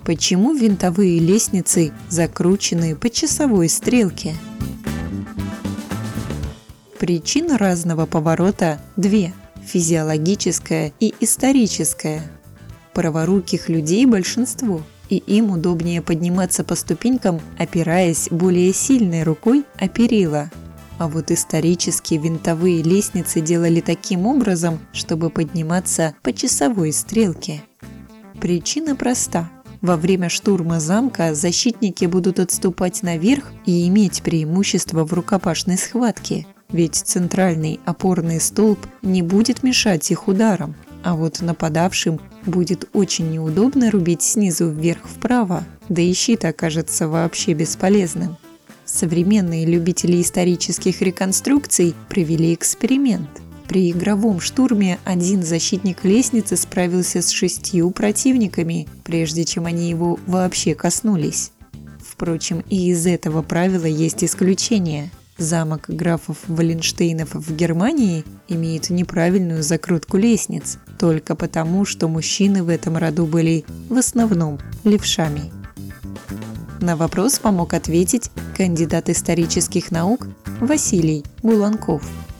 Почему винтовые лестницы закручены по часовой стрелке? Причин разного поворота две – физиологическая и историческая. Праворуких людей большинство, и им удобнее подниматься по ступенькам, опираясь более сильной рукой о перила. А вот исторически винтовые лестницы делали таким образом, чтобы подниматься по часовой стрелке. Причина проста. Во время штурма замка защитники будут отступать наверх и иметь преимущество в рукопашной схватке, ведь центральный опорный столб не будет мешать их ударам, а вот нападавшим будет очень неудобно рубить снизу вверх вправо, да и щит окажется вообще бесполезным. Современные любители исторических реконструкций провели эксперимент. При игровом штурме один защитник лестницы справился с 6 противниками, прежде чем они его вообще коснулись. Впрочем, и из этого правила есть исключение. Замок графов Валенштейнов в Германии имеет неправильную закрутку лестниц, только потому, что мужчины в этом роду были в основном левшами. На вопрос помог ответить кандидат исторических наук Василий Буланков.